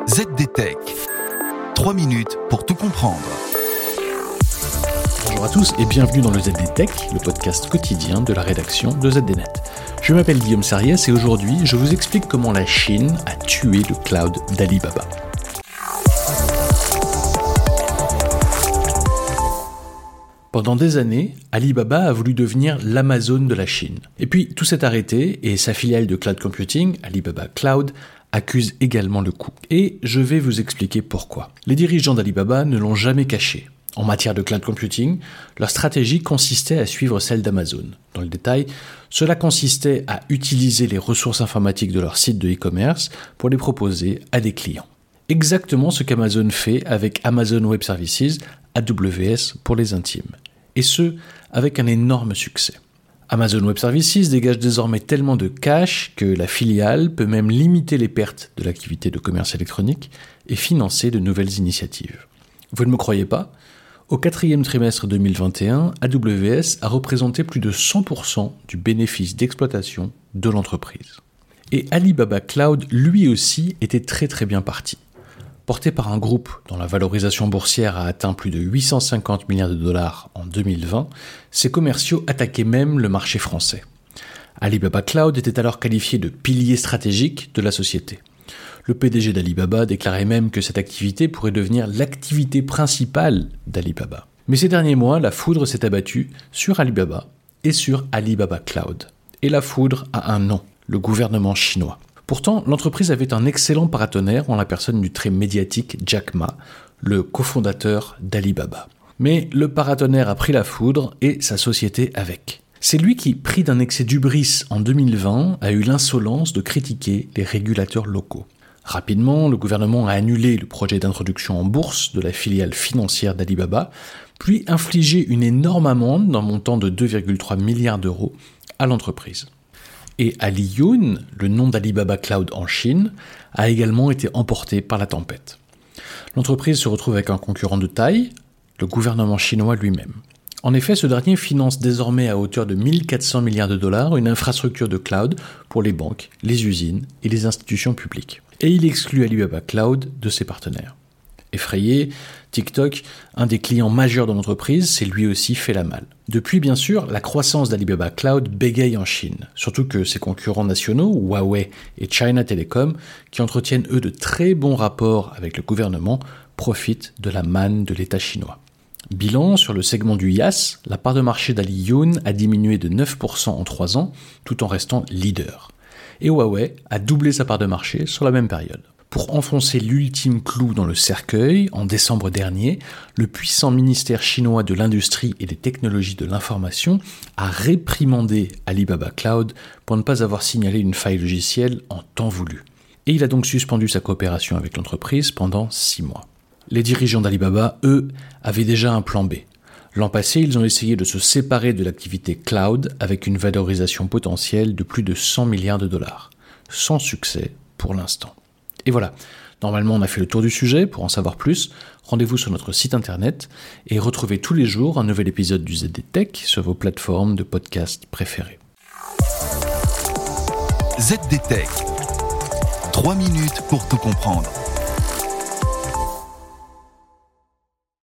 ZDTech. 3 minutes pour tout comprendre. Bonjour à tous et bienvenue dans le ZDTech, le podcast quotidien de la rédaction de ZDNet. Je m'appelle Guillaume Sariès et aujourd'hui je vous explique comment la Chine a tué le cloud d'Alibaba. Pendant des années, Alibaba a voulu devenir l'Amazon de la Chine. Et puis tout s'est arrêté et sa filiale de cloud computing, Alibaba Cloud, accuse également le coup. Et je vais vous expliquer pourquoi. Les dirigeants d'Alibaba ne l'ont jamais caché. En matière de cloud computing, leur stratégie consistait à suivre celle d'Amazon. Dans le détail, cela consistait à utiliser les ressources informatiques de leur site de e-commerce pour les proposer à des clients. Exactement ce qu'Amazon fait avec Amazon Web Services, AWS pour les intimes. Et ce, avec un énorme succès. Amazon Web Services dégage désormais tellement de cash que la filiale peut même limiter les pertes de l'activité de commerce électronique et financer de nouvelles initiatives. Vous ne me croyez pas ? Au 4e trimestre 2021, AWS a représenté plus de 100% du bénéfice d'exploitation de l'entreprise. Et Alibaba Cloud, lui aussi, était très bien parti. Porté par un groupe dont la valorisation boursière a atteint plus de 850 milliards de dollars en 2020, ses commerciaux attaquaient même le marché français. Alibaba Cloud était alors qualifié de pilier stratégique de la société. Le PDG d'Alibaba déclarait même que cette activité pourrait devenir l'activité principale d'Alibaba. Mais ces derniers mois, la foudre s'est abattue sur Alibaba et sur Alibaba Cloud. Et la foudre a un nom, le gouvernement chinois. Pourtant, l'entreprise avait un excellent paratonnerre en la personne du très médiatique Jack Ma, le cofondateur d'Alibaba. Mais le paratonnerre a pris la foudre et sa société avec. C'est lui qui, pris d'un excès d'hubris en 2020, a eu l'insolence de critiquer les régulateurs locaux. Rapidement, le gouvernement a annulé le projet d'introduction en bourse de la filiale financière d'Alibaba, puis infligé une énorme amende d'un montant de 2,3 milliards d'euros à l'entreprise. Et Aliyun, le nom d'Alibaba Cloud en Chine, a également été emporté par la tempête. L'entreprise se retrouve avec un concurrent de taille, le gouvernement chinois lui-même. En effet, ce dernier finance désormais à hauteur de 1400 milliards de dollars une infrastructure de cloud pour les banques, les usines et les institutions publiques. Et il exclut Alibaba Cloud de ses partenaires. Effrayé, TikTok, un des clients majeurs de l'entreprise, s'est lui aussi fait la malle. Depuis, bien sûr, la croissance d'Alibaba Cloud bégaye en Chine, surtout que ses concurrents nationaux, Huawei et China Telecom, qui entretiennent eux de très bons rapports avec le gouvernement, profitent de la manne de l'État chinois. Bilan, sur le segment du IaaS, la part de marché d'Aliyun a diminué de 9% en 3 ans, tout en restant leader. Et Huawei a doublé sa part de marché sur la même période. Pour enfoncer l'ultime clou dans le cercueil, en décembre dernier, le puissant ministère chinois de l'Industrie et des Technologies de l'Information a réprimandé Alibaba Cloud pour ne pas avoir signalé une faille logicielle en temps voulu. Et il a donc suspendu sa coopération avec l'entreprise pendant 6 mois. Les dirigeants d'Alibaba, eux, avaient déjà un plan B. L'an passé, ils ont essayé de se séparer de l'activité cloud avec une valorisation potentielle de plus de 100 milliards de dollars. Sans succès pour l'instant. Et voilà, normalement on a fait le tour du sujet. Pour en savoir plus, rendez-vous sur notre site internet et retrouvez tous les jours un nouvel épisode du ZDTech sur vos plateformes de podcast préférées. ZDTech. 3 minutes pour tout comprendre.